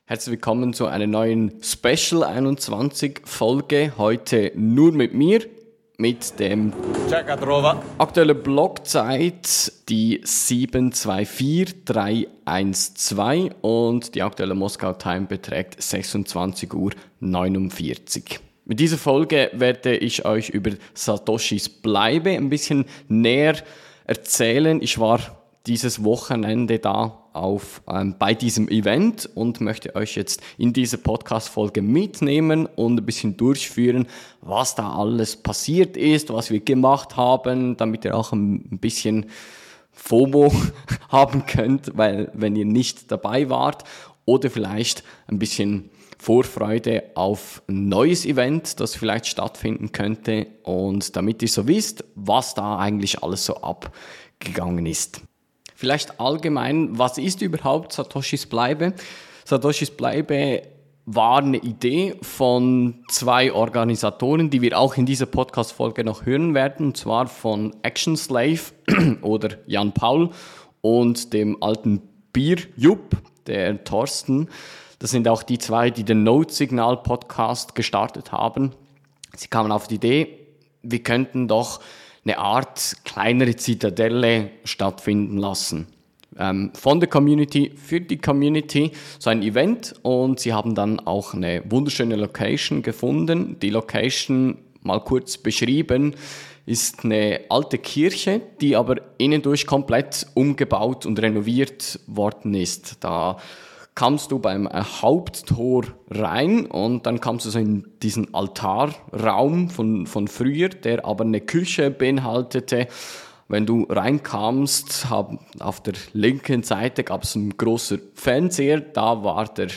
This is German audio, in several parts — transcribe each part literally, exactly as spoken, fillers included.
Herzlich willkommen zu einer neuen Special einundzwanzig Folge. Heute nur mit mir, mit dem aktuellen Blockzeit, die sieben zwei vier drei eins zwei und die aktuelle Moskau Time beträgt sechsundzwanzig Uhr neunundvierzig. Mit dieser Folge werde ich euch über Satoshis Bleibe ein bisschen näher erzählen. Ich war dieses Wochenende da auf, ähm, bei diesem Event und möchte euch jetzt in dieser Podcast-Folge mitnehmen und ein bisschen durchführen, was da alles passiert ist, was wir gemacht haben, damit ihr auch ein bisschen FOMO haben könnt, weil wenn ihr nicht dabei wart, oder vielleicht ein bisschen Vorfreude auf ein neues Event, das vielleicht stattfinden könnte, und damit ihr so wisst, was da eigentlich alles so abgegangen ist. Vielleicht allgemein, was ist überhaupt Satoshis Bleibe? Satoshis Bleibe war eine Idee von zwei Organisatoren, die wir auch in dieser Podcast-Folge noch hören werden, und zwar von Action Slave oder Jan Paul und dem alten Bier-Jupp, der Thorsten. Das sind auch die zwei, die den Notsignal-Podcast gestartet haben. Sie kamen auf die Idee, wir könnten doch eine Art kleinere Zitadelle stattfinden lassen. Ähm, von der Community, für die Community, so ein Event, und sie haben dann auch eine wunderschöne Location gefunden. Die Location, mal kurz beschrieben, ist eine alte Kirche, die aber innen durch komplett umgebaut und renoviert worden ist. Da kamst du beim Haupttor rein und dann kamst du so in diesen Altarraum von, von früher, der aber eine Küche beinhaltete. Wenn du reinkamst, hab, auf der linken Seite gab es einen großen Fernseher, da war der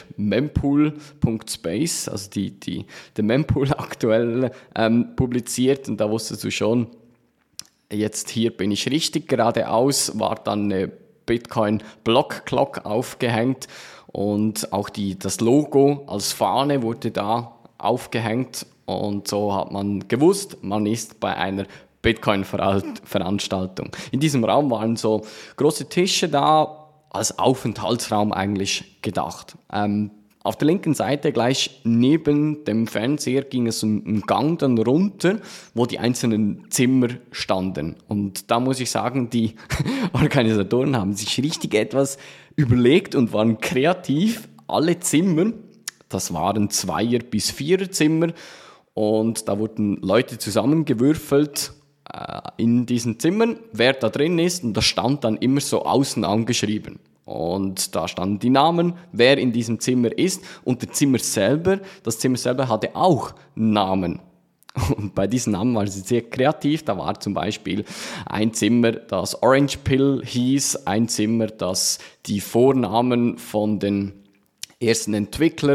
Mempool.space, also die, die, der Mempool aktuell ähm, publiziert, und da wusstest du schon, jetzt hier bin ich richtig. Geradeaus war dann eine Bitcoin Block Clock aufgehängt. Und auch die, das Logo als Fahne wurde da aufgehängt, und so hat man gewusst, man ist bei einer Bitcoin-Veranstaltung. In diesem Raum waren so große Tische da, als Aufenthaltsraum eigentlich gedacht. Ähm, auf der linken Seite, gleich neben dem Fernseher, ging es einen Gang dann runter, wo die einzelnen Zimmer standen. Und da muss ich sagen, die Organisatoren haben sich richtig etwas überlegt und waren kreativ. Alle Zimmer, das waren Zweier- bis Viererzimmer, und da wurden Leute zusammengewürfelt äh, in diesen Zimmern, wer da drin ist, und das stand dann immer so außen angeschrieben. Und da standen die Namen, wer in diesem Zimmer ist, und das Zimmer selber, das Zimmer selber hatte auch Namen. Und bei diesen Namen waren sie sehr kreativ. Da war zum Beispiel ein Zimmer, das Orange Pill hieß, ein Zimmer, das die Vornamen von den ersten Entwicklern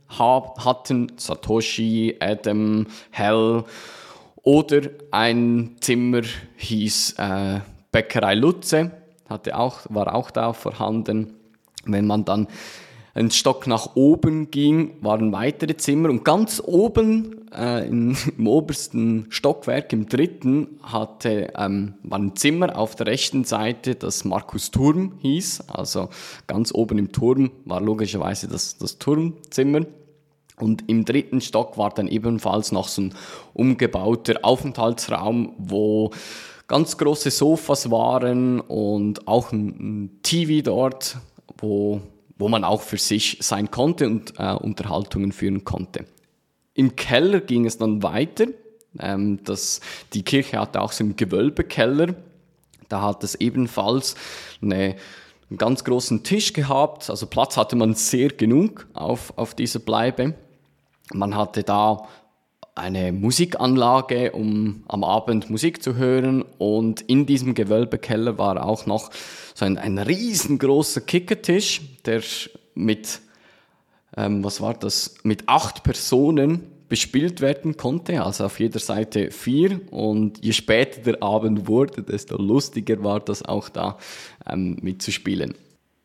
hatten, Satoshi, Adam, Hell, oder ein Zimmer hieß äh, Bäckerei Lutze, hatte auch, war auch da vorhanden. Wenn man dann einen Stock nach oben ging, waren weitere Zimmer, und ganz oben äh, in, im obersten Stockwerk, im dritten, hatte, ähm, war ein Zimmer auf der rechten Seite, das Markus Turm hieß. Also ganz oben im Turm war logischerweise das, das Turmzimmer. Und im dritten Stock war dann ebenfalls noch so ein umgebauter Aufenthaltsraum, wo ganz große Sofas waren und auch ein, ein T V dort, wo wo man auch für sich sein konnte und äh, Unterhaltungen führen konnte. Im Keller ging es dann weiter. Ähm, das, die Kirche hatte auch so einen Gewölbekeller. Da hat es ebenfalls eine, einen ganz großen Tisch gehabt. Also Platz hatte man sehr genug auf, auf dieser Bleibe. Man hatte da eine Musikanlage, um am Abend Musik zu hören, und in diesem Gewölbekeller war auch noch so ein, ein riesengroßer Kickertisch, der mit, ähm, was war das, mit acht Personen bespielt werden konnte, also auf jeder Seite vier, und je später der Abend wurde, desto lustiger war das auch da ähm, mitzuspielen.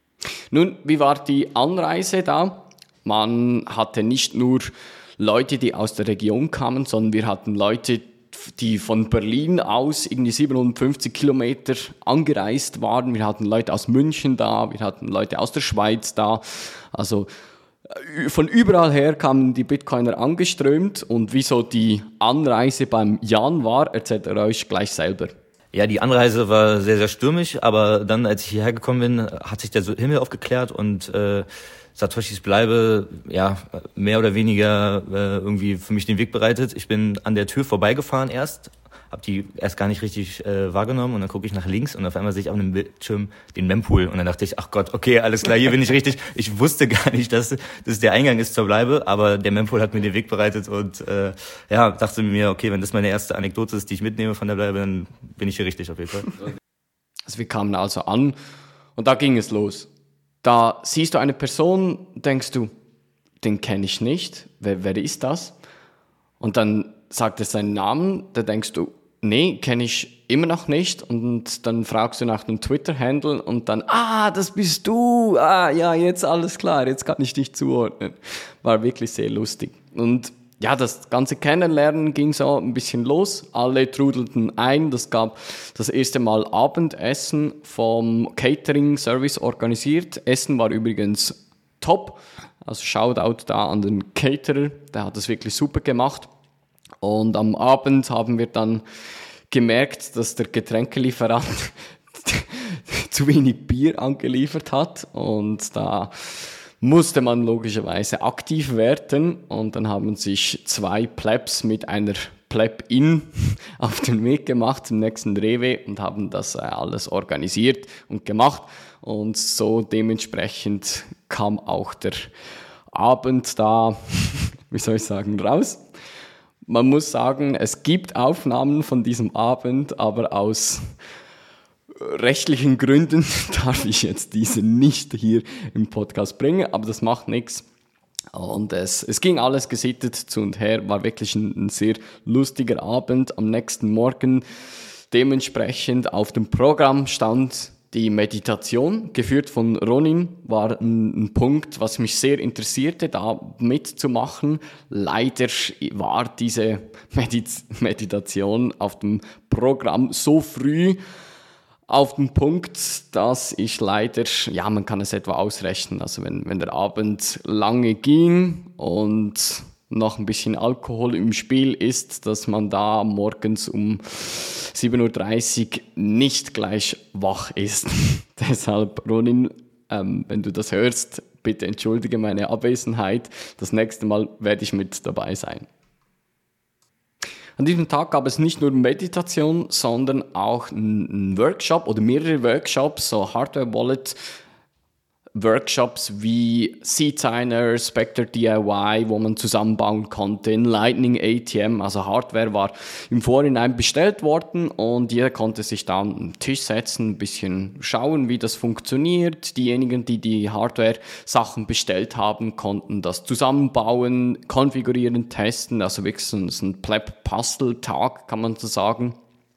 Nun, wie war die Anreise da? Man hatte nicht nur Leute, die aus der Region kamen, sondern wir hatten Leute, die von Berlin aus irgendwie siebenundfünfzig Kilometer angereist waren. Wir hatten Leute aus München da, wir hatten Leute aus der Schweiz da. Also Von überall her kamen die Bitcoiner angeströmt und wieso die Anreise beim Jan war, erzählt er euch gleich selber. Ja, die Anreise war sehr, sehr stürmisch, aber dann, als ich hierher gekommen bin, hat sich der Himmel aufgeklärt und äh, Satoshis Bleibe, ja, mehr oder weniger äh, irgendwie für mich den Weg bereitet. Ich bin an der Tür vorbeigefahren erst, habe die erst gar nicht richtig äh, wahrgenommen und dann gucke ich nach links und auf einmal sehe ich auf dem Bildschirm den Mempool und dann dachte ich, ach Gott, okay, alles klar, hier bin ich richtig. Ich wusste gar nicht, dass das der Eingang ist zur Bleibe, aber der Mempool hat mir den Weg bereitet und äh, ja, dachte mir, okay, wenn das meine erste Anekdote ist, die ich mitnehme von der Bleibe, dann bin ich hier richtig auf jeden Fall. Also wir kamen also an und da ging es los. Da siehst du eine Person, denkst du, den kenne ich nicht, wer, wer ist das? Und dann sagt er seinen Namen, da denkst du, nee, kenne ich immer noch nicht. Und dann fragst du nach dem Twitter-Handle und dann, ah, das bist du, ah, ja, jetzt alles klar, jetzt kann ich dich zuordnen. War wirklich sehr lustig. Und ja, das ganze Kennenlernen ging so ein bisschen los. Alle trudelten ein. Das gab das erste Mal Abendessen vom Catering-Service organisiert. Essen war übrigens top. Also Shoutout da an den Caterer. Der hat das wirklich super gemacht. Und am Abend haben wir dann gemerkt, dass der Getränkelieferant zu wenig Bier angeliefert hat. Und da musste man logischerweise aktiv werden und dann haben sich zwei Plebs mit einer Pleb-In auf den Weg gemacht zum nächsten Rewe und haben das äh, alles organisiert und gemacht und so dementsprechend kam auch der Abend da, wie soll ich sagen, raus. Man muss sagen, es gibt Aufnahmen von diesem Abend, aber aus rechtlichen Gründen darf ich jetzt diese nicht hier im Podcast bringen, aber das macht nichts. Und es, es ging alles gesittet zu und her, war wirklich ein, ein sehr lustiger Abend. Am nächsten Morgen dementsprechend auf dem Programm stand die Meditation, geführt von Ronin, war ein, ein Punkt, was mich sehr interessierte, da mitzumachen. Leider war diese Mediz- Meditation auf dem Programm so früh, auf den Punkt, dass ich leider, ja, man kann es etwa ausrechnen, also wenn, wenn der Abend lange ging und noch ein bisschen Alkohol im Spiel ist, dass man da morgens um sieben Uhr dreißig nicht gleich wach ist. Deshalb, Ronin, ähm, wenn du das hörst, bitte entschuldige meine Abwesenheit. Das nächste Mal werde ich mit dabei sein. An diesem Tag gab es nicht nur Meditation, sondern auch einen Workshop oder mehrere Workshops, so Hardware-Wallet Workshops wie Seedsigner, Spectre D I Y, wo man zusammenbauen konnte, in Lightning A T M, also Hardware war im Vorhinein bestellt worden und jeder konnte sich da an den Tisch setzen, ein bisschen schauen, wie das funktioniert. Diejenigen, die die Hardware-Sachen bestellt haben, konnten das zusammenbauen, konfigurieren, testen, also wirklich so ein Pleb-Puzzle-Tag, kann man so sagen.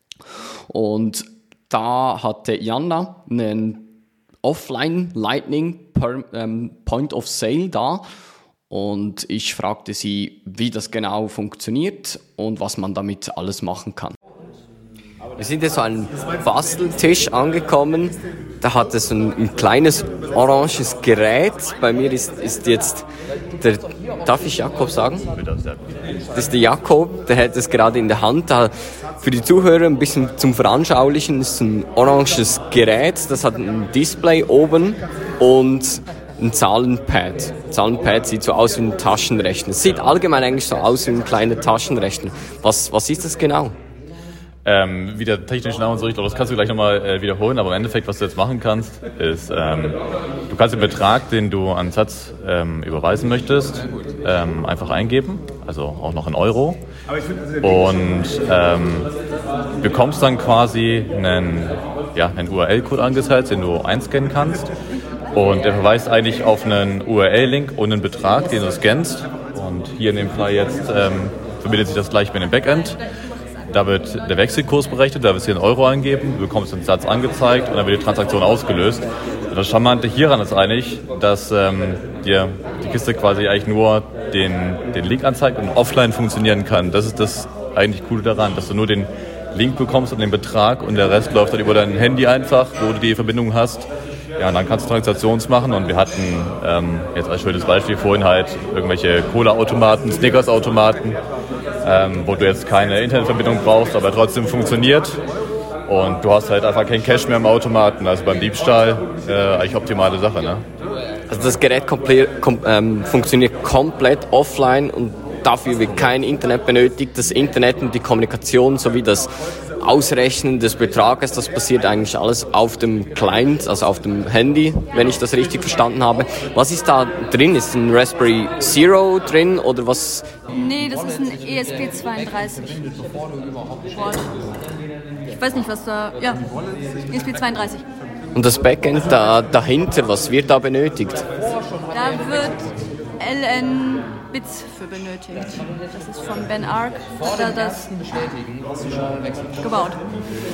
Und da hatte Jana einen Offline Lightning per, ähm, Point of Sale da und ich fragte sie, wie das genau funktioniert und was man damit alles machen kann. Wir sind jetzt an einem Basteltisch angekommen, da hat es ein, ein kleines oranges Gerät, bei mir ist, ist jetzt der, darf ich Jakob sagen? Das ist der Jakob, der hält es gerade in der Hand. Da für die Zuhörer ein bisschen zum Veranschaulichen ist ein oranges Gerät, das hat ein Display oben und ein Zahlenpad. Ein Zahlenpad sieht so aus wie ein Taschenrechner. Es sieht allgemein eigentlich so aus wie ein kleiner Taschenrechner. Was, was ist das genau? Ähm, wie der technische Name und so, ich glaube, das kannst du gleich nochmal äh, wiederholen, aber im Endeffekt, was du jetzt machen kannst, ist, ähm, du kannst den Betrag, den du an Satz ähm, überweisen möchtest, ähm, einfach eingeben, also auch noch in Euro, und ähm, bekommst dann quasi einen, ja, einen U R L-Code angezeigt, den du einscannen kannst, und der verweist eigentlich auf einen U R L-Link und einen Betrag, den du scannst, und hier in dem Fall jetzt ähm, verbindet sich das gleich mit dem Backend. Da wird der Wechselkurs berechnet, da wirst du einen Euro eingeben, du bekommst den Satz angezeigt und dann wird die Transaktion ausgelöst. Und das Charmante hieran ist eigentlich, dass ähm, dir die Kiste quasi eigentlich nur den, den Link anzeigt und offline funktionieren kann. Das ist das eigentlich Coole daran, dass du nur den Link bekommst und den Betrag und der Rest läuft dann über dein Handy einfach, wo du die Verbindung hast. Ja, und dann kannst du Transaktions machen und wir hatten ähm, jetzt als schönes Beispiel vorhin halt irgendwelche Cola-Automaten, Snickers-Automaten, ähm, wo du jetzt keine Internetverbindung brauchst, aber trotzdem funktioniert. Und du hast halt einfach kein Cash mehr im Automaten, also beim Diebstahl äh, eigentlich optimale Sache, ne? Also das Gerät komplett, kom, ähm, funktioniert komplett offline und dafür wird kein Internet benötigt. Das Internet und die Kommunikation sowie das Ausrechnen des Betrages, das passiert eigentlich alles auf dem Client, also auf dem Handy, wenn ich das richtig verstanden habe. Was ist da drin? Ist ein Raspberry Zero drin oder was? Nee, das ist ein E S P zweiunddreißig. Ich weiß nicht, was da... Ja, E S P zweiunddreißig. Und das Backend da, dahinter, was wird da benötigt? Da wird L N Bits für benötigt. Das ist von Ben Ark, hat er das gebaut.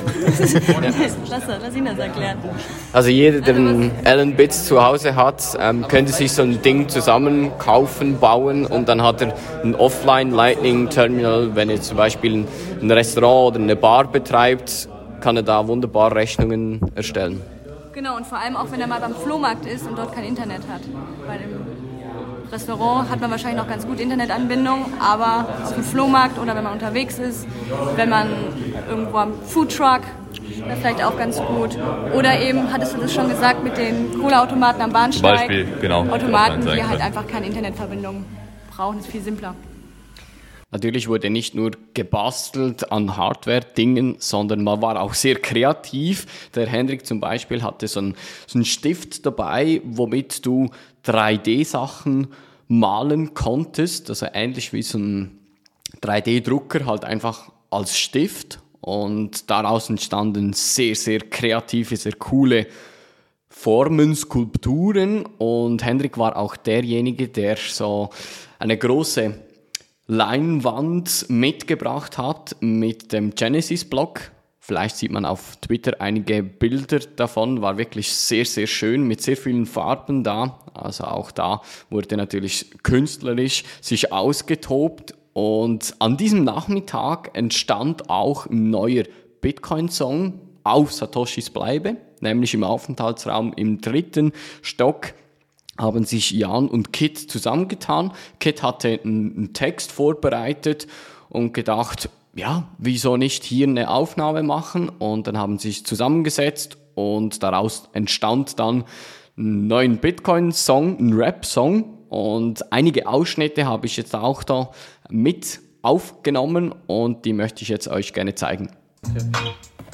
lass, lass ihn das erklären. Also jeder, der einen Allen Bits zu Hause hat, ähm, könnte sich so ein Ding zusammen kaufen, bauen und dann hat er ein Offline-Lightning-Terminal. Wenn er zum Beispiel ein Restaurant oder eine Bar betreibt, kann er da wunderbar Rechnungen erstellen. Genau, und vor allem auch, wenn er mal beim Flohmarkt ist und dort kein Internet hat. Bei dem Restaurant hat man wahrscheinlich noch ganz gut Internetanbindung, aber auf dem Flohmarkt oder wenn man unterwegs ist, wenn man irgendwo am Foodtruck, wäre vielleicht auch ganz gut. Oder eben, hattest du das schon gesagt, mit den Cola-Automaten am Bahnsteig. Zum Beispiel, genau. Automaten, die halt einfach keine Internetverbindung brauchen, ist viel simpler. Natürlich wurde nicht nur gebastelt an Hardware-Dingen, sondern man war auch sehr kreativ. Der Hendrik zum Beispiel hatte so einen, so einen Stift dabei, womit du drei D-Sachen malen konntest. Also ähnlich wie so ein drei D-Drucker, halt einfach als Stift. Und daraus entstanden sehr, sehr kreative, sehr coole Formen, Skulpturen. Und Hendrik war auch derjenige, der so eine große Leinwand mitgebracht hat mit dem Genesis-Block. Vielleicht sieht man auf Twitter einige Bilder davon. War wirklich sehr, sehr schön mit sehr vielen Farben da. Also auch da wurde natürlich künstlerisch sich ausgetobt. Und an diesem Nachmittag entstand auch ein neuer Bitcoin-Song auf Satoshis Bleibe, nämlich im Aufenthaltsraum im dritten Stock. Haben sich Jan und Kit zusammengetan. Kit hatte einen Text vorbereitet und gedacht, ja, wieso nicht hier eine Aufnahme machen? Und dann haben sie sich zusammengesetzt und daraus entstand dann ein neuer Bitcoin-Song, ein Rap-Song. Und einige Ausschnitte habe ich jetzt auch da mit aufgenommen und die möchte ich jetzt euch gerne zeigen. Okay.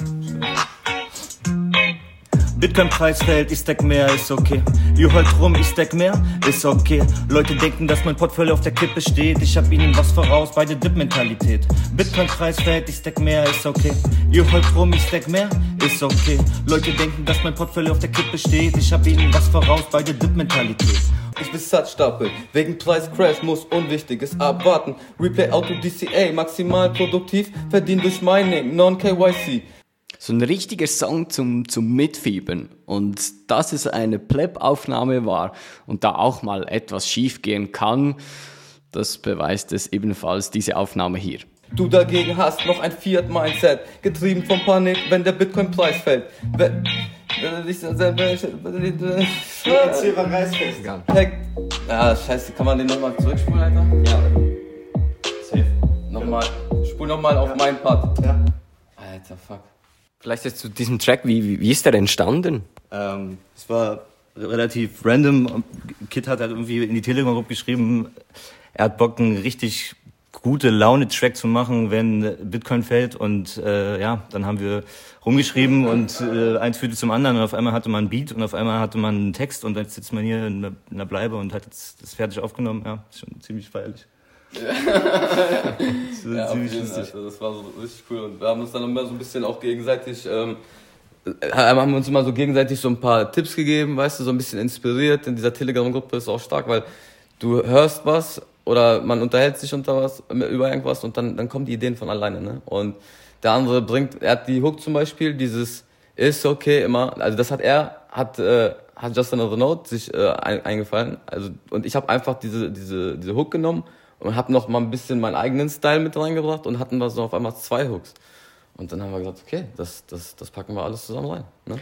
Bitcoin-Preis fällt, ich stack mehr, ist okay. Ihr heult rum, ich stack mehr, ist okay. Leute denken, dass mein Portfolio auf der Kippe steht. Ich hab ihnen was voraus bei der Dip-Mentalität. Bitcoin-Preis fällt, ich stack mehr, ist okay. Ihr heult rum, ich stack mehr, ist okay. Leute denken, dass mein Portfolio auf der Kippe steht. Ich hab ihnen was voraus bei der Dip-Mentalität. Ich will Satz stapeln, wegen Preiscrash muss Unwichtiges abwarten. Replay Auto D C A, maximal produktiv, verdient durch Mining, Non-K Y C. So ein richtiger Song zum, zum Mitfiebern. Und dass es eine Pleb-Aufnahme war und da auch mal etwas schief gehen kann, das beweist es ebenfalls diese Aufnahme hier. Du dagegen hast noch ein Fiat-Mindset, getrieben von Panik, wenn der Bitcoin-Preis fällt. Wenn Ah, scheiße, kann man den nochmal zurückspulen, Alter? Ja. Safe. Nochmal, spul nochmal auf meinen Part. Ja. Alter, fuck. Vielleicht jetzt zu diesem Track, wie, wie, wie ist der entstanden? Ähm, es war relativ random. Kit hat halt irgendwie in die Telegram-Gruppe geschrieben, er hat Bock, einen richtig gute Laune-Track zu machen, wenn Bitcoin fällt. Und äh, ja, dann haben wir rumgeschrieben und äh, eins führte zum anderen. Und auf einmal hatte man einen Beat und auf einmal hatte man einen Text. Und jetzt sitzt man hier in der, in der Bleibe und hat jetzt das fertig aufgenommen. Ja, ist schon ziemlich feierlich. das, ja, ziemlich lustig. Alter, das war so richtig cool und wir haben uns dann immer so ein bisschen auch gegenseitig, ähm, haben uns immer so gegenseitig so ein paar Tipps gegeben, weißt du, so ein bisschen inspiriert. In dieser Telegram-Gruppe ist auch stark, weil du hörst was oder man unterhält sich unter was, über irgendwas und dann, dann kommen die Ideen von alleine, ne? Und der andere bringt, er hat die Hook zum Beispiel, dieses ist okay immer, also das hat er, hat, äh, hat Just Another Note sich äh, eingefallen, also und ich habe einfach diese, diese, diese Hook genommen und hab noch mal ein bisschen meinen eigenen Style mit reingebracht und hatten da so auf einmal zwei Hooks. Und dann haben wir gesagt, okay, das, das, das packen wir alles zusammen rein. Ne?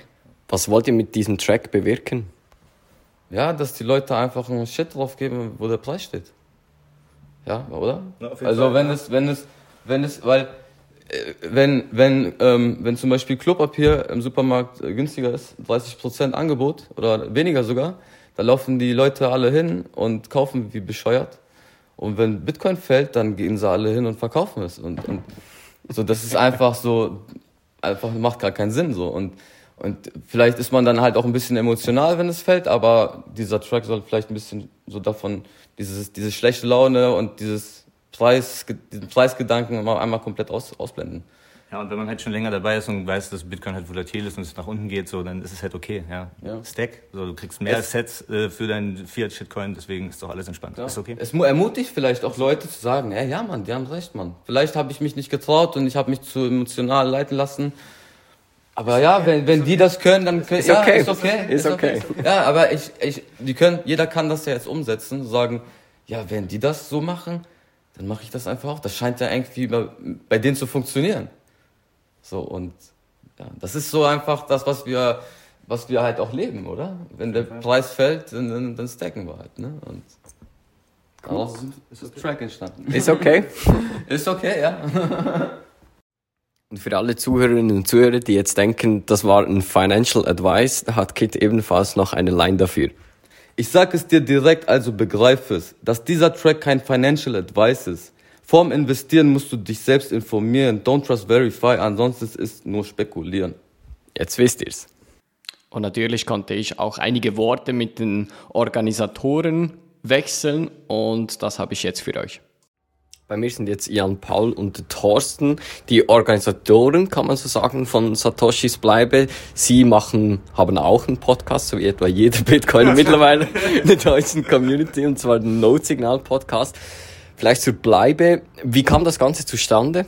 Was wollt ihr mit diesem Track bewirken? Ja, dass die Leute einfach einen Shit drauf geben, wo der Preis steht. Ja, oder? Ja, auf jeden also Fall, wenn ja. es, wenn es, wenn es, weil äh, wenn, wenn, ähm, wenn zum Beispiel Klopapier im Supermarkt äh, günstiger ist, dreißig Prozent Angebot oder weniger sogar, da laufen die Leute alle hin und kaufen wie bescheuert. Und wenn Bitcoin fällt, dann gehen sie alle hin und verkaufen es. Und, und so, das ist einfach so, einfach macht gar keinen Sinn so. Und Und vielleicht ist man dann halt auch ein bisschen emotional, wenn es fällt, aber dieser Track soll vielleicht ein bisschen so davon, dieses, diese schlechte Laune und dieses Preis, diesen Preisgedanken mal einmal komplett aus, ausblenden. Ja, und wenn man halt schon länger dabei ist und weiß, dass Bitcoin halt volatil ist und es nach unten geht, so, dann ist es halt okay, ja. Ja. Stack, so, du kriegst mehr Es- Sets äh, für deinen Fiat-Shitcoin, deswegen ist doch alles entspannt. Ja. Ist okay. Es mu- ermutigt vielleicht auch Leute zu sagen, ja, ja, Mann, die haben recht, Mann. Vielleicht habe ich mich nicht getraut und ich habe mich zu emotional leiten lassen. Aber ja, wenn, wenn die das können, dann können, Ist ja, okay. ist okay. Ist okay. Ja, aber ich, ich, die können, jeder kann das ja jetzt umsetzen, sagen, ja, wenn die das so machen, dann mache ich das einfach auch. Das scheint ja irgendwie bei, bei denen zu funktionieren. So, und ja, das ist so einfach das, was wir, was wir halt auch leben, oder? Wenn der Preis fällt, dann, dann, dann stacken wir halt, ne? Und daraus ist das Track entstanden. Ist okay. Ist okay, ja. Und für alle Zuhörerinnen und Zuhörer, die jetzt denken, das war ein Financial Advice, da hat Kit ebenfalls noch eine Line dafür. Ich sag es dir direkt, also begreif es, dass dieser Track kein Financial Advice ist. Vorm Investieren musst du dich selbst informieren. Don't trust, verify, ansonsten ist es nur spekulieren. Jetzt wisst ihr's. Und natürlich konnte ich auch einige Worte mit den Organisatoren wechseln und das habe ich jetzt für euch. Bei mir sind jetzt Jan Paul und Thorsten, die Organisatoren, kann man so sagen, von Satoshis Bleibe. Sie machen, haben auch einen Podcast, so wie etwa jeder Bitcoiner mittlerweile in der deutschen Community, und zwar den Notsignal-Podcast. Vielleicht zur Bleibe. Wie kam das Ganze zustande?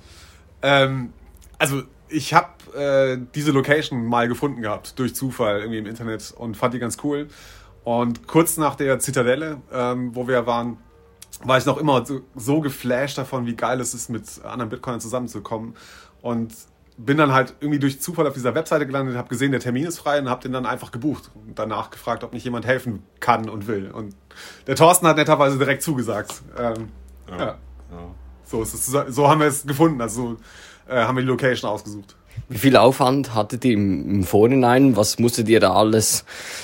Ähm, also ich habe äh, diese Location mal gefunden gehabt, durch Zufall irgendwie im Internet, und fand die ganz cool. Und kurz nach der Zitadelle, ähm, wo wir waren, war ich noch immer so, so geflasht davon, wie geil es ist, mit anderen Bitcoinern zusammenzukommen. Und bin dann halt irgendwie durch Zufall auf dieser Webseite gelandet, habe gesehen, der Termin ist frei, und habe den dann einfach gebucht und danach gefragt, ob nicht jemand helfen kann und will. Und der Thorsten hat netterweise direkt zugesagt. Ähm, ja. Ja. So, ist es, so haben wir es gefunden, also so, äh, haben wir die Location ausgesucht. Wie viel Aufwand hattet ihr im, im Vorhinein? Was musstet ihr da alles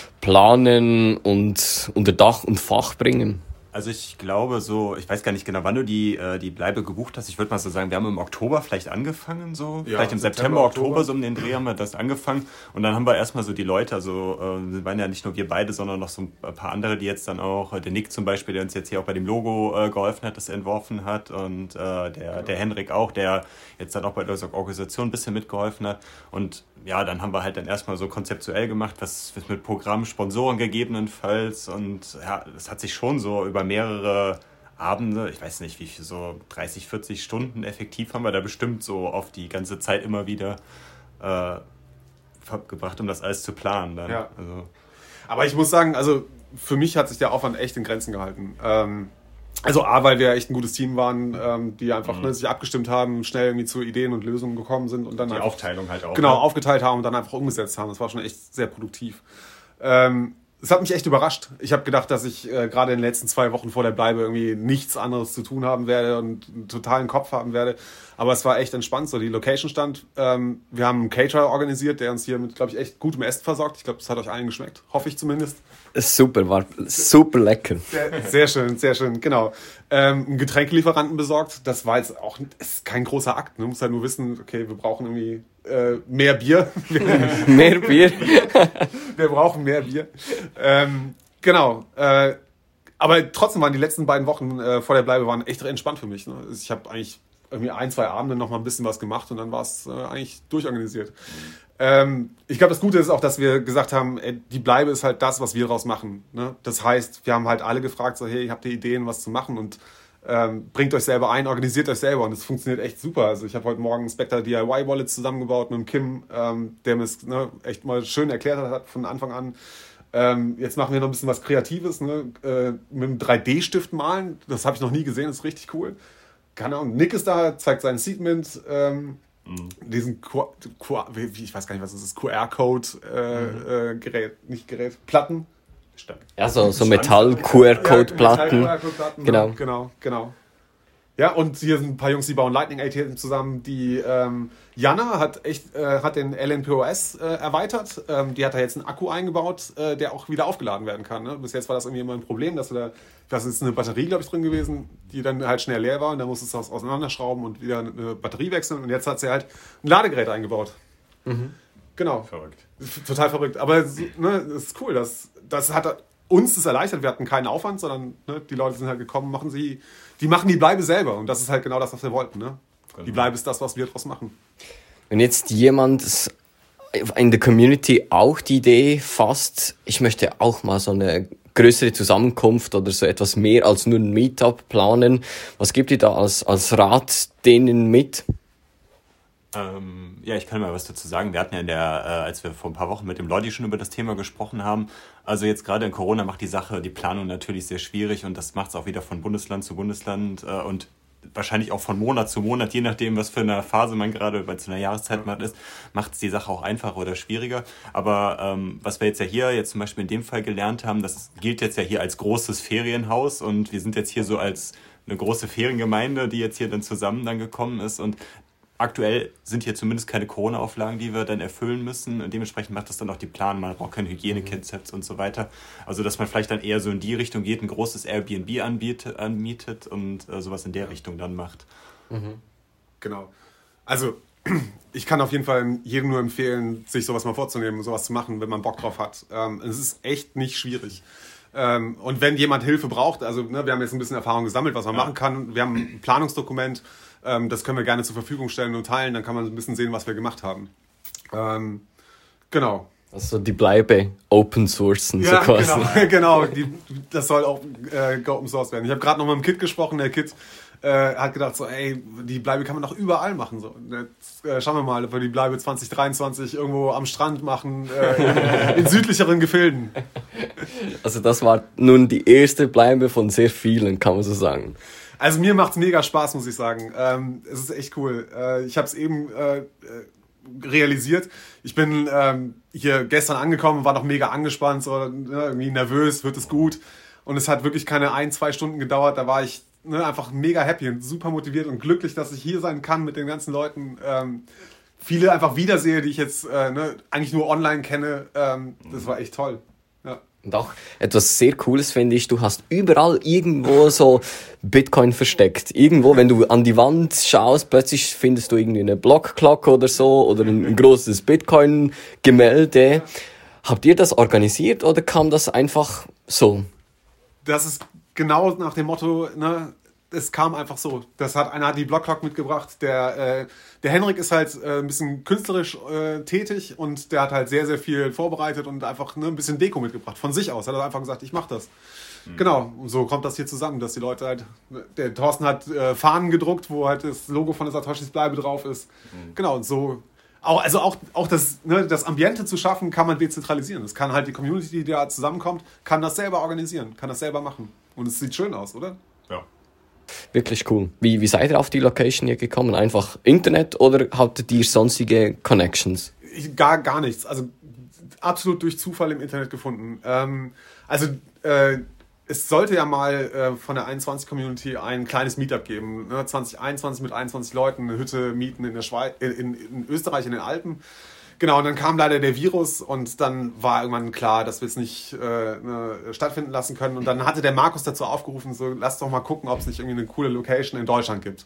planen und unter Dach und Fach bringen? Also ich glaube so, ich weiß gar nicht genau, wann du die, äh, die Bleibe gebucht hast. Ich würde mal so sagen, wir haben im Oktober vielleicht angefangen, so. Ja, vielleicht im September, September, Oktober, Oktober, so um den Dreh haben wir das angefangen. Und dann haben wir erstmal so die Leute, also äh, waren ja nicht nur wir beide, sondern noch so ein paar andere, die jetzt dann auch, äh, der Nick zum Beispiel, der uns jetzt hier auch bei dem Logo äh, geholfen hat, das entworfen hat. Und äh, der, der Henrik auch, der jetzt dann auch bei der Organisation ein bisschen mitgeholfen hat. Und ja, dann haben wir halt dann erstmal so konzeptuell gemacht, was, was mit Programmen, Sponsoren gegebenenfalls. Und ja, das hat sich schon so über mehrere Abende, ich weiß nicht, wie viel, so dreißig, vierzig Stunden effektiv haben wir da bestimmt so auf die ganze Zeit immer wieder äh, gebracht, um das alles zu planen. Dann. Ja. Also, Aber ich muss sagen, also für mich hat sich der Aufwand echt in Grenzen gehalten. Ähm, also A, weil wir echt ein gutes Team waren, ähm, die einfach Mhm. ne, sich abgestimmt haben, schnell irgendwie zu Ideen und Lösungen gekommen sind und dann die einfach, Aufteilung halt auch. genau, ne? aufgeteilt haben und dann einfach umgesetzt haben. Das war schon echt sehr produktiv. Ähm, es hat mich echt überrascht. Ich habe gedacht, dass ich äh, gerade in den letzten zwei Wochen vor der Bleibe irgendwie nichts anderes zu tun haben werde und einen totalen Kopf haben werde. Aber es war echt entspannt. So, die Location stand. Ähm, wir haben einen Caterer organisiert, der uns hier mit, glaube ich, echt gutem Essen versorgt. Ich glaube, das hat euch allen geschmeckt. Hoffe ich zumindest. Super, war super lecker. Sehr, sehr schön, sehr schön, genau. Ähm, einen Getränkelieferanten besorgt. Das war jetzt auch ist kein großer Akt. Ne? Du musst halt nur wissen, okay, wir brauchen irgendwie äh, mehr Bier. Mehr Bier. Wir brauchen mehr Bier. Ähm, genau. Äh, aber trotzdem waren die letzten beiden Wochen äh, vor der Bleibe waren echt entspannt für mich. Ne? Ich habe eigentlich irgendwie ein, zwei Abende noch mal ein bisschen was gemacht und dann war es äh, eigentlich durchorganisiert. Mhm. Ähm, ich glaube, das Gute ist auch, dass wir gesagt haben, ey, die Bleibe ist halt das, was wir daraus machen. Ne? Das heißt, wir haben halt alle gefragt, so, hey, habt ihr Ideen, was zu machen, und ähm, bringt euch selber ein, organisiert euch selber, und es funktioniert echt super. Also ich habe heute Morgen Spectre D I Y Wallets zusammengebaut mit dem Kim, ähm, der mir es ne, echt mal schön erklärt hat von Anfang an. Ähm, jetzt machen wir noch ein bisschen was Kreatives, ne? äh, mit einem drei D Stift malen. Das habe ich noch nie gesehen, das ist richtig cool. Keine Ahnung, Nick ist da, zeigt seinen Seedmint. Ähm, Mhm. Diesen Q, Q, wie, ich weiß gar nicht, was das ist, Q R-Code-Gerät, äh, mhm. Gerät, nicht Gerät, Platten. Ja, so, so Metall-Q R-Code-Platten. Ja, Metall-Q R-Code-Platten, genau. Ja, genau, genau. Ja, und hier sind ein paar Jungs, die bauen Lightning A T M zusammen. Die ähm, Jana hat echt äh, hat den L N P O S äh, erweitert. Ähm, die hat da jetzt einen Akku eingebaut, äh, der auch wieder aufgeladen werden kann. Ne? Bis jetzt war das irgendwie immer ein Problem, dass da, das ist eine Batterie, glaube ich, drin gewesen, die dann halt schnell leer war. Und dann musste es das auseinanderschrauben und wieder eine Batterie wechseln. Und jetzt hat sie halt ein Ladegerät eingebaut. Mhm. Genau. Verrückt. Total verrückt. Aber ne, das ist cool. Das, das hat uns das erleichtert. Wir hatten keinen Aufwand, sondern ne, die Leute sind halt gekommen, machen sie, die machen die Bleibe selber. Und das ist halt genau das, was wir wollten. Ne? Genau. Die Bleibe ist das, was wir daraus machen. Wenn jetzt jemand in der Community auch die Idee fasst, ich möchte auch mal so eine größere Zusammenkunft oder so etwas mehr als nur ein Meetup planen, was gibt ihr da als, als Rat denen mit? Ähm, ja, ich kann mal was dazu sagen. Wir hatten ja in der, äh, als wir vor ein paar Wochen mit dem Lodi schon über das Thema gesprochen haben, also jetzt gerade in Corona macht die Sache, die Planung natürlich sehr schwierig und das macht es auch wieder von Bundesland zu Bundesland äh, und wahrscheinlich auch von Monat zu Monat, je nachdem, was für eine Phase man gerade bei so einer Jahreszeit macht, ist, macht es die Sache auch einfacher oder schwieriger. Aber ähm, was wir jetzt ja hier jetzt zum Beispiel in dem Fall gelernt haben, das gilt jetzt ja hier als großes Ferienhaus und wir sind jetzt hier so als eine große Feriengemeinde, die jetzt hier dann zusammen dann gekommen ist und aktuell sind hier zumindest keine Corona-Auflagen, die wir dann erfüllen müssen. Und dementsprechend macht das dann auch die Planung. Man braucht keine Hygienekonzepte und so weiter. Also, dass man vielleicht dann eher so in die Richtung geht, ein großes Airbnb anbietet, anmietet und äh, sowas in der Richtung dann macht. Mhm. Genau. Also, ich kann auf jeden Fall jedem nur empfehlen, sich sowas mal vorzunehmen, sowas zu machen, wenn man Bock drauf hat. Ähm, es ist echt nicht schwierig. Ähm, und wenn jemand Hilfe braucht, also ne, wir haben jetzt ein bisschen Erfahrung gesammelt, was man ja. machen kann. Wir haben ein Planungsdokument, ähm, das können wir gerne zur Verfügung stellen und teilen, dann kann man ein bisschen sehen, was wir gemacht haben. Ähm, genau. Also die Bleibe open sourcen, ja, so quasi. Genau, genau. Die, das soll auch äh, open source werden. Ich habe gerade noch mit dem Kid gesprochen, der Kid äh, hat gedacht so, ey, die Bleibe kann man doch überall machen. So. Jetzt, äh, schauen wir mal, ob wir die Bleibe zwanzig dreiundzwanzig irgendwo am Strand machen, äh, in, in südlicheren Gefilden. Also das war nun die erste Bleibe von sehr vielen, kann man so sagen. Also mir macht's mega Spaß, muss ich sagen. Ähm, es ist echt cool. Äh, ich habe es eben äh, realisiert. Ich bin ähm, hier gestern angekommen, war noch mega angespannt, so ne, irgendwie nervös, wird es gut. Und es hat wirklich keine ein, zwei Stunden gedauert. Da war ich ne, einfach mega happy und super motiviert und glücklich, dass ich hier sein kann mit den ganzen Leuten. Ähm, viele einfach wiedersehe, die ich jetzt äh, ne, eigentlich nur online kenne. Ähm, das war echt toll. Ja. Und auch etwas sehr Cooles finde ich, du hast überall irgendwo so Bitcoin versteckt. Irgendwo, wenn du an die Wand schaust, plötzlich findest du irgendwie eine Blockglocke oder so oder ein, ein großes Bitcoin-Gemälde. Habt ihr das organisiert oder kam das einfach so? Das ist genau nach dem Motto, ne, es kam einfach so. Das hat einer hat die Blockclock mitgebracht. Der, äh, der Henrik ist halt äh, ein bisschen künstlerisch äh, tätig und der hat halt sehr, sehr viel vorbereitet und einfach ne, ein bisschen Deko mitgebracht. Von sich aus hat er einfach gesagt, ich mach das. Mhm. Genau, und so kommt das hier zusammen, dass die Leute halt, der Thorsten hat äh, Fahnen gedruckt, wo halt das Logo von der Satoshis Bleibe drauf ist. Mhm. Genau, und so, auch, also auch, auch das, ne, das Ambiente zu schaffen, kann man dezentralisieren. Das kann halt die Community, die da zusammenkommt, kann das selber organisieren, kann das selber machen. Und es sieht schön aus, oder? Ja. Wirklich cool. Wie, wie seid ihr auf die Location hier gekommen? Einfach Internet oder hattet ihr sonstige Connections? Ich, gar, gar nichts. Also absolut durch Zufall im Internet gefunden. Ähm, also äh, es sollte ja mal äh, von der einundzwanzig-Community ein kleines Meetup geben. Ne? zwanzig einundzwanzig mit einundzwanzig Leuten, eine Hütte mieten in, der Schweiz, in, in, in Österreich, in den Alpen. Genau, und dann kam leider der Virus und dann war irgendwann klar, dass wir es nicht äh, ne, stattfinden lassen können. Und dann hatte der Markus dazu aufgerufen, so lass doch mal gucken, ob es nicht irgendwie eine coole Location in Deutschland gibt.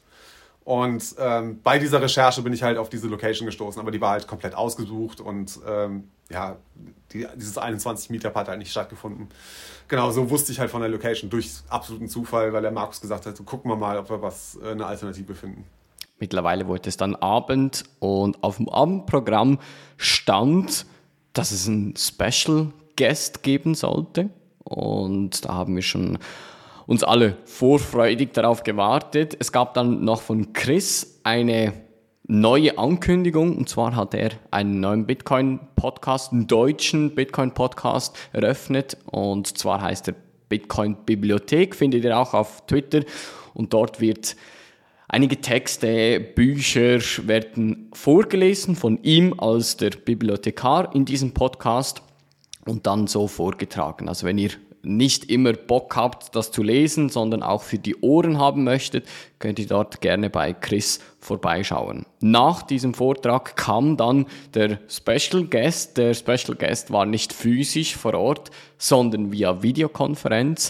Und ähm, bei dieser Recherche bin ich halt auf diese Location gestoßen, aber die war halt komplett ausgesucht und ähm, ja, die, dieses einundzwanzig Meetup hat halt nicht stattgefunden. Genau, so wusste ich halt von der Location durch absoluten Zufall, weil der Markus gesagt hat, so gucken wir mal, ob wir was äh, eine Alternative finden. Mittlerweile wurde es dann Abend und auf dem Abendprogramm stand, dass es einen Special Guest geben sollte. Und da haben wir schon uns alle vorfreudig darauf gewartet. Es gab dann noch von Chris eine neue Ankündigung. Und zwar hat er einen neuen Bitcoin-Podcast, einen deutschen Bitcoin-Podcast eröffnet. Und zwar heißt er Bitcoin Bibliothek, findet ihr auch auf Twitter. Und dort wird Einige Texte, Bücher werden vorgelesen von ihm als der Bibliothekar in diesem Podcast und dann so vorgetragen. Also wenn ihr nicht immer Bock habt, das zu lesen, sondern auch für die Ohren haben möchtet, könnt ihr dort gerne bei Chris vorbeischauen. Nach diesem Vortrag kam dann der Special Guest. Der Special Guest war nicht physisch vor Ort, sondern via Videokonferenz.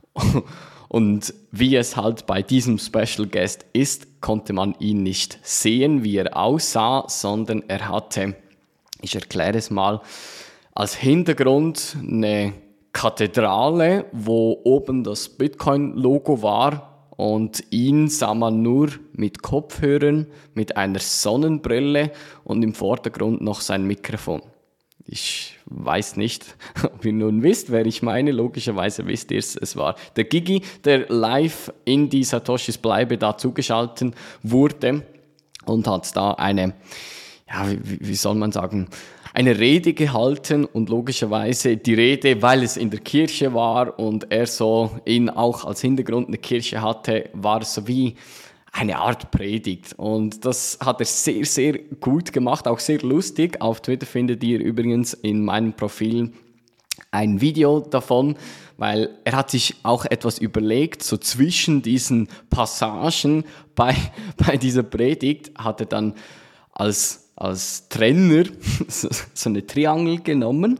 Und wie es halt bei diesem Special Guest ist, konnte man ihn nicht sehen, wie er aussah, sondern er hatte, ich erkläre es mal, als Hintergrund eine Kathedrale, wo oben das Bitcoin-Logo war und ihn sah man nur mit Kopfhörern, mit einer Sonnenbrille und im Vordergrund noch sein Mikrofon. Ich weiß nicht, ob ihr nun wisst, wer ich meine. Logischerweise wisst ihr es. Es war der Gigi, der live in die Satoshis Bleibe da zugeschaltet wurde und hat da eine, ja, wie, wie soll man sagen, eine Rede gehalten und logischerweise die Rede, weil es in der Kirche war und er so ihn auch als Hintergrund eine Kirche hatte, war es so wie eine Art Predigt. Und das hat er sehr, sehr gut gemacht, auch sehr lustig. Auf Twitter findet ihr übrigens in meinem Profil ein Video davon, weil er hat sich auch etwas überlegt, so zwischen diesen Passagen bei, bei dieser Predigt hat er dann als als Trenner so eine Triangel genommen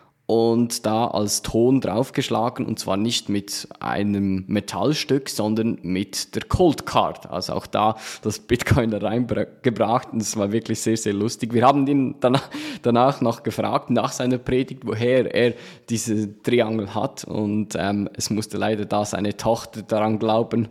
und da als Ton draufgeschlagen, und zwar nicht mit einem Metallstück, sondern mit der Cold Card. Also auch da das Bitcoin da reingebracht und es war wirklich sehr, sehr lustig. Wir haben ihn danach, danach noch gefragt, nach seiner Predigt, woher er diese Triangel hat, und ähm, es musste leider da seine Tochter daran glauben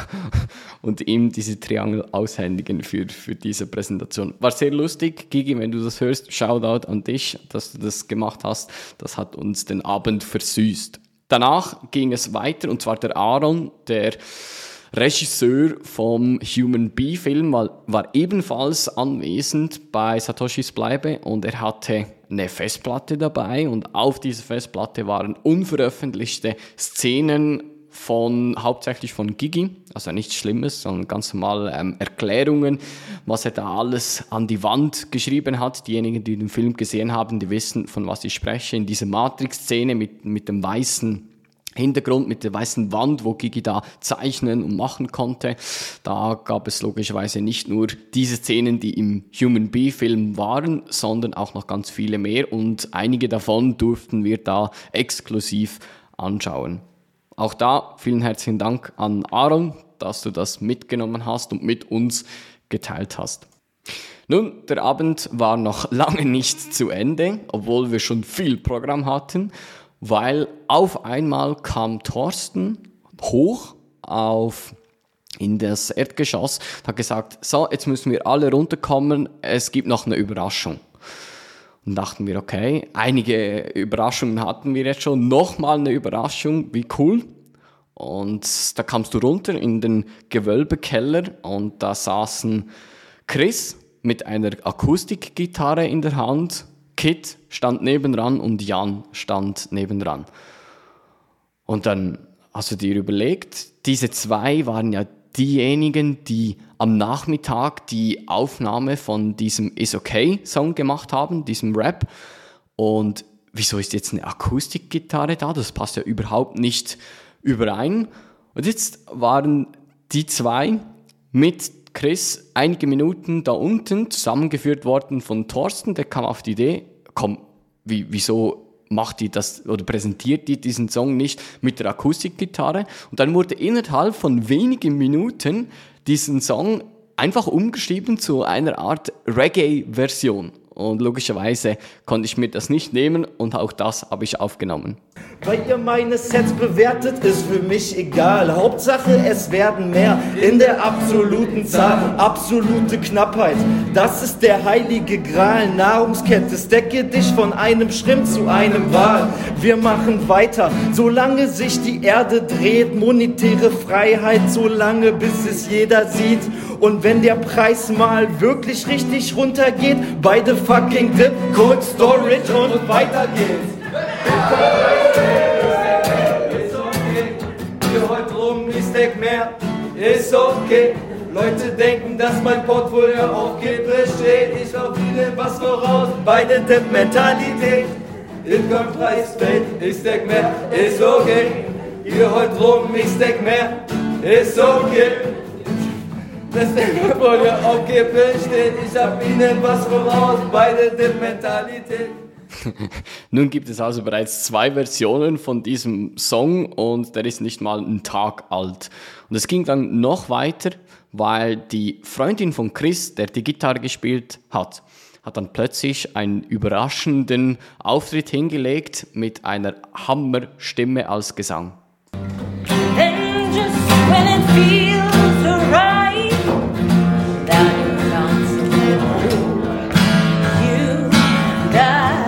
und ihm diese Triangel aushändigen für, für diese Präsentation. War sehr lustig. Gigi, wenn du das hörst, Shoutout an dich, dass du das gemacht hast. Das hat uns den Abend versüßt. Danach ging es weiter, und zwar der Aaron, der Regisseur vom Human Bee Film, war, war ebenfalls anwesend bei Satoshis Bleibe und er hatte eine Festplatte dabei und auf dieser Festplatte waren unveröffentlichte Szenen von, hauptsächlich von Gigi, also nichts Schlimmes, sondern ganz normal ähm, Erklärungen, was er da alles an die Wand geschrieben hat. Diejenigen, die den Film gesehen haben, die wissen, von was ich spreche. In dieser Matrix-Szene mit, mit dem weißen Hintergrund, mit der weißen Wand, wo Gigi da zeichnen und machen konnte. Da gab es logischerweise nicht nur diese Szenen, die im Human Bee Film waren, sondern auch noch ganz viele mehr, und einige davon durften wir da exklusiv anschauen. Auch da vielen herzlichen Dank an Aaron, dass du das mitgenommen hast und mit uns geteilt hast. Nun, der Abend war noch lange nicht zu Ende, obwohl wir schon viel Programm hatten, weil auf einmal kam Thorsten hoch auf in das Erdgeschoss, hat gesagt, so, jetzt müssen wir alle runterkommen, es gibt noch eine Überraschung. Und dachten wir, okay, einige Überraschungen hatten wir jetzt schon, nochmal eine Überraschung, wie cool. Und da kamst du runter in den Gewölbekeller und da saßen Chris mit einer Akustikgitarre in der Hand, Kit stand nebendran und Jan stand nebendran. Und dann hast du dir überlegt, diese zwei waren ja diejenigen, die am Nachmittag die Aufnahme von diesem Is Okay Song gemacht haben, diesem Rap. Und wieso ist jetzt eine Akustikgitarre da? Das passt ja überhaupt nicht überein. Und jetzt waren die zwei mit Chris einige Minuten da unten zusammengeführt worden von Thorsten. Der kam auf die Idee, komm, wie, wieso macht die das oder präsentiert die diesen Song nicht mit der Akustikgitarre? Und dann wurde innerhalb von wenigen Minuten diesen Song einfach umgeschrieben zu einer Art Reggae-Version. Und logischerweise konnte ich mir das nicht nehmen und auch das habe ich aufgenommen. Weil ihr meine Sets bewertet, ist für mich egal. Hauptsache es werden mehr in der absoluten Zahl. Absolute Knappheit, das ist der heilige Gral. Nahrungskette, stecke dich von einem Schrimp zu einem Wal. Wir machen weiter, solange sich die Erde dreht. Monetäre Freiheit, solange bis es jeder sieht. Und wenn der Preis mal wirklich richtig runtergeht, beide fucking Dip, Cold Storage und weiter geht's. Ist okay, wir heute rum, ich steck mehr, ist okay. Leute denken, dass mein Portfolio auf Kippe steht. Ich lauf ihnen was voraus, beide Tipp-Mentalität. Bitcoin-Preis fällt, ich stack mehr, ist okay. Ihr heult Drogen, ich stack mehr, ist okay. Dass der Portfolio auf Kippe steht, ich hab ihnen was voraus, beide Tipp-Mentalität. Nun gibt es also bereits zwei Versionen von diesem Song und der ist nicht mal einen Tag alt. Und es ging dann noch weiter, weil die Freundin von Chris, der die Gitarre gespielt hat, hat dann plötzlich einen überraschenden Auftritt hingelegt mit einer Hammerstimme als Gesang. Then just when it feels right, that you're not so you die.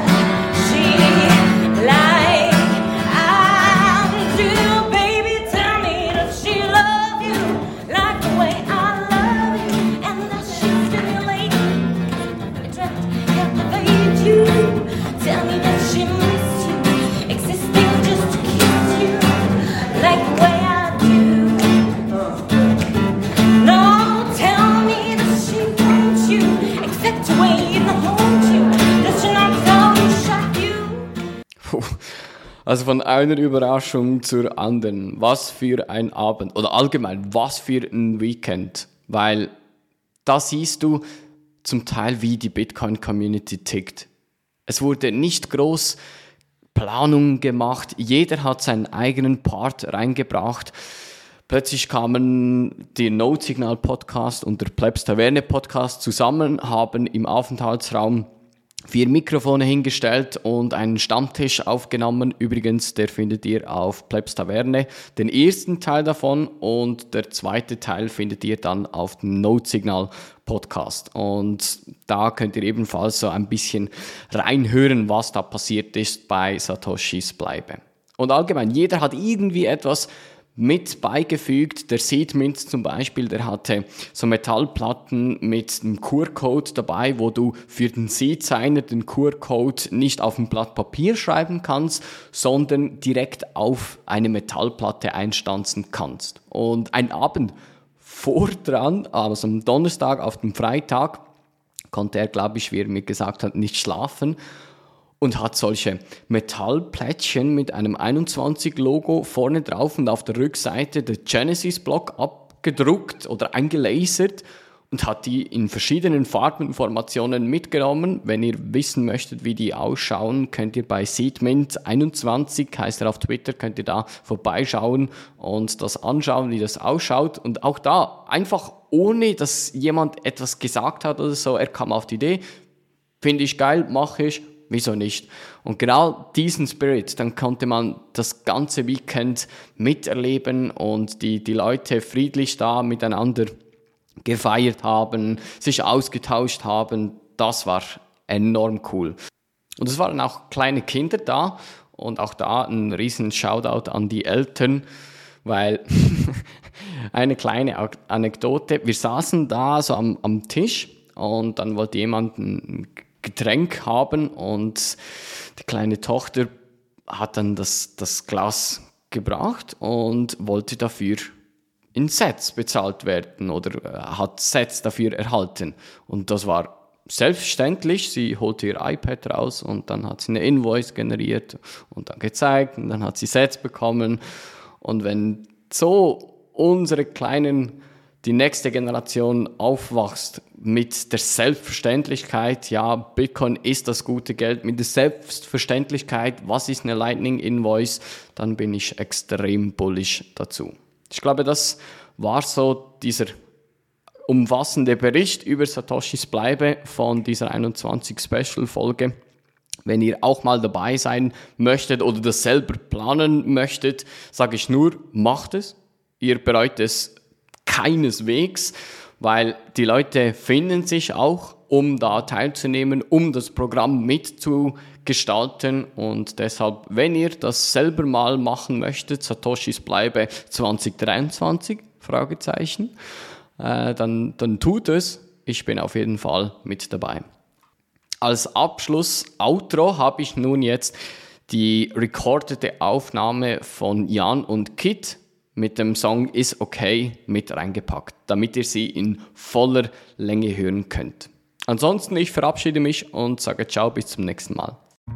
Also von einer Überraschung zur anderen. Was für ein Abend oder allgemein, was für ein Weekend. Weil da siehst du zum Teil, wie die Bitcoin-Community tickt. Es wurde nicht groß Planung gemacht. Jeder hat seinen eigenen Part reingebracht. Plötzlich kamen die Notsignal-Podcast und der Plebs Taverne-Podcast zusammen, haben im Aufenthaltsraum vier Mikrofone hingestellt und einen Stammtisch aufgenommen. Übrigens, der findet ihr auf Plebs Taverne. Den ersten Teil davon und der zweite Teil findet ihr dann auf dem Notsignal Podcast. Und da könnt ihr ebenfalls so ein bisschen reinhören, was da passiert ist bei Satoshis Bleibe. Und allgemein, jeder hat irgendwie etwas mit beigefügt. Der Seedmint zum Beispiel, der hatte so Metallplatten mit einem Q R-Code dabei, wo du für den Seed-Signer den Q R-Code nicht auf ein Blatt Papier schreiben kannst, sondern direkt auf eine Metallplatte einstanzen kannst. Und ein Abend vor dran, also am Donnerstag auf dem Freitag, konnte er, glaube ich, wie er mir gesagt hat, nicht schlafen. Und hat solche Metallplättchen mit einem einundzwanzig-Logo vorne drauf und auf der Rückseite der Genesis-Block abgedruckt oder eingelasert und hat die in verschiedenen Farbenformationen mitgenommen. Wenn ihr wissen möchtet, wie die ausschauen, könnt ihr bei Seedmint einundzwanzig, heißt er auf Twitter, könnt ihr da vorbeischauen und das anschauen, wie das ausschaut. Und auch da, einfach ohne, dass jemand etwas gesagt hat oder so, er kam auf die Idee, finde ich geil, mache ich, wieso nicht? Und genau diesen Spirit, dann konnte man das ganze Weekend miterleben und die, die Leute friedlich da miteinander gefeiert haben, sich ausgetauscht haben. Das war enorm cool. Und es waren auch kleine Kinder da und auch da ein riesen Shoutout an die Eltern, weil eine kleine Anekdote, wir saßen da so am, am Tisch und dann wollte jemand ein Getränk haben und die kleine Tochter hat dann das, das Glas gebracht und wollte dafür in Sets bezahlt werden oder hat Sets dafür erhalten. Und das war selbstverständlich. Sie holte ihr iPad raus und dann hat sie eine Invoice generiert und dann gezeigt und dann hat sie Sets bekommen. Und wenn so unsere kleinen, die nächste Generation aufwachst mit der Selbstverständlichkeit, ja, Bitcoin ist das gute Geld, mit der Selbstverständlichkeit, was ist eine Lightning Invoice, dann bin ich extrem bullish dazu. Ich glaube, das war so dieser umfassende Bericht über Satoshis Bleibe von dieser einundzwanzig Special Folge. Wenn ihr auch mal dabei sein möchtet oder das selber planen möchtet, sage ich nur, macht es. Ihr bereut es keineswegs, weil die Leute finden sich auch, um da teilzunehmen, um das Programm mitzugestalten. Und deshalb, wenn ihr das selber mal machen möchtet, Satoshis Bleibe zwanzig dreiundzwanzig, Fragezeichen, äh, dann, dann tut es. Ich bin auf jeden Fall mit dabei. Als Abschluss, Outro, habe ich nun jetzt die recordete Aufnahme von Jan und Kit mit dem Song Is Okay mit reingepackt, damit ihr sie in voller Länge hören könnt. Ansonsten, ich verabschiede mich und sage ciao, bis zum nächsten Mal.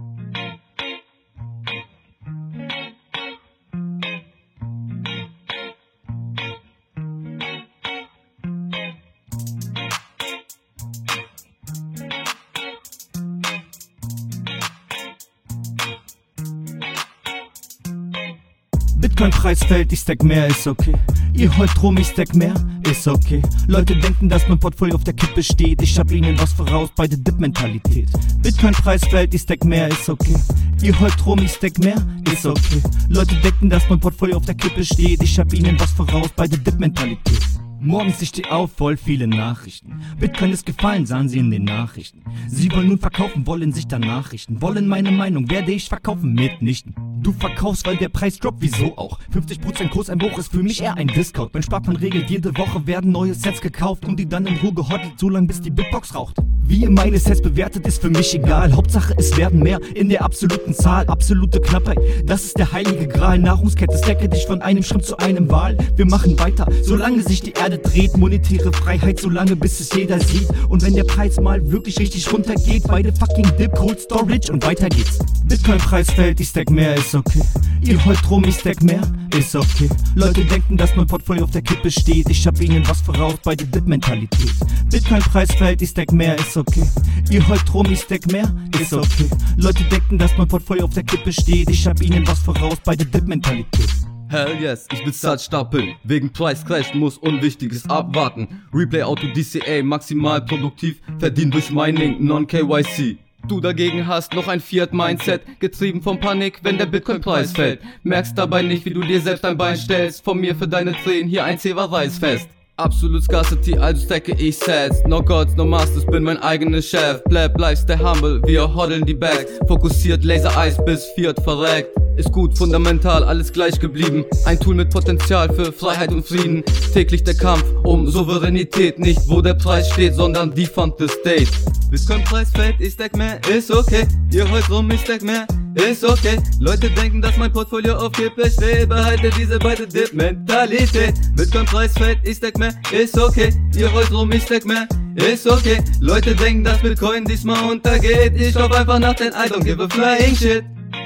Bitcoin-Preis fällt, ich stack mehr, ist okay. Ihr heult rum, ich stack mehr, ist okay. Leute denken, dass mein Portfolio auf der Kippe steht. Ich hab ihnen was voraus bei der Dip-Mentalität. Bitcoin-Preis fällt, ich stack mehr, ist okay. Ihr heult rum, ich stack mehr, ist okay. Leute denken, dass mein Portfolio auf der Kippe steht. Ich hab ihnen was voraus bei der Dip-Mentalität. Morgens ich steh auf, voll viele Nachrichten. Bitcoin ist gefallen, sahen sie in den Nachrichten. Sie wollen nun verkaufen, wollen sich danach richten. Wollen meine Meinung, werde ich verkaufen, mitnichten. Du verkaufst, weil der Preis droppt, wieso auch? fünfzig Prozent Kurseinbruch ist für mich eher ein Discount. Mein Sparplan regelt, jede Woche werden neue Sets gekauft und die dann in Ruhe gehoddelt, so lang bis die Bitbox raucht. Wie ihr meine Sets bewertet, ist für mich egal. Hauptsache es werden mehr in der absoluten Zahl. Absolute Knappheit, das ist der heilige Gral. Nahrungskette, stacke dich von einem Schritt zu einem Wal. Wir machen weiter, solange sich die Erde dreht. Monetäre Freiheit, solange bis es jeder sieht. Und wenn der Preis mal wirklich richtig runtergeht, beide fucking Dip, Cold Storage und weiter geht's. Bitcoin-Preis fällt, ich stack mehr, ist okay. Ihr heult rum, ich stack mehr, ist okay. Leute denken, dass mein Portfolio auf der Kippe steht. Ich hab ihnen was voraus bei der Dip-Mentalität. Bitcoin-Preis fällt, ich stack mehr, ist okay. Ihr heult rum, ich stack mehr, ist okay. Leute denken, dass mein Portfolio auf der Kippe steht. Ich hab ihnen was voraus bei der Dip-Mentalität. Hell yes, ich will Zeit stapeln. Wegen Price Crash muss Unwichtiges abwarten. Replay Auto D C A maximal produktiv. Verdient durch Mining, Non-K Y C. Du dagegen hast noch ein Fiat-Mindset, getrieben von Panik, wenn der Bitcoin-Preis fällt. Merkst dabei nicht, wie du dir selbst ein Bein stellst. Von mir für deine Tränen hier ein Zewa Reißfest. Absolute Scarcity, also stacke ich Sets. No Gods, no Masters, bin mein eigener Chef. Bleib, bleib, stay humble, wir hoddeln die Bags. Fokussiert, Laser-Eis bis Fiat verreckt. Ist gut, fundamental, alles gleich geblieben. Ein Tool mit Potenzial für Freiheit und Frieden. Täglich der Kampf um Souveränität. Nicht wo der Preis steht, sondern die Fund the State. Bitcoin-Preis fällt, ich stack mehr, ist okay. Ihr heult rum, ich stack mehr, ist okay. Leute denken, dass mein Portfolio auf Kippe steht. Behalte diese beide Dip-Mentalität. Bitcoin-Preis fällt, ich stack mehr, ist okay. Ihr heult rum, ich stack mehr, ist okay. Leute denken, dass Bitcoin diesmal untergeht. Ich glaub einfach nach, denn I don't give a flying shit.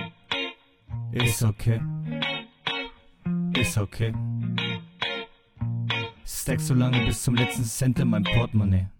Ist okay. Ist okay. Stack so lange bis zum letzten Cent in meinem Portemonnaie.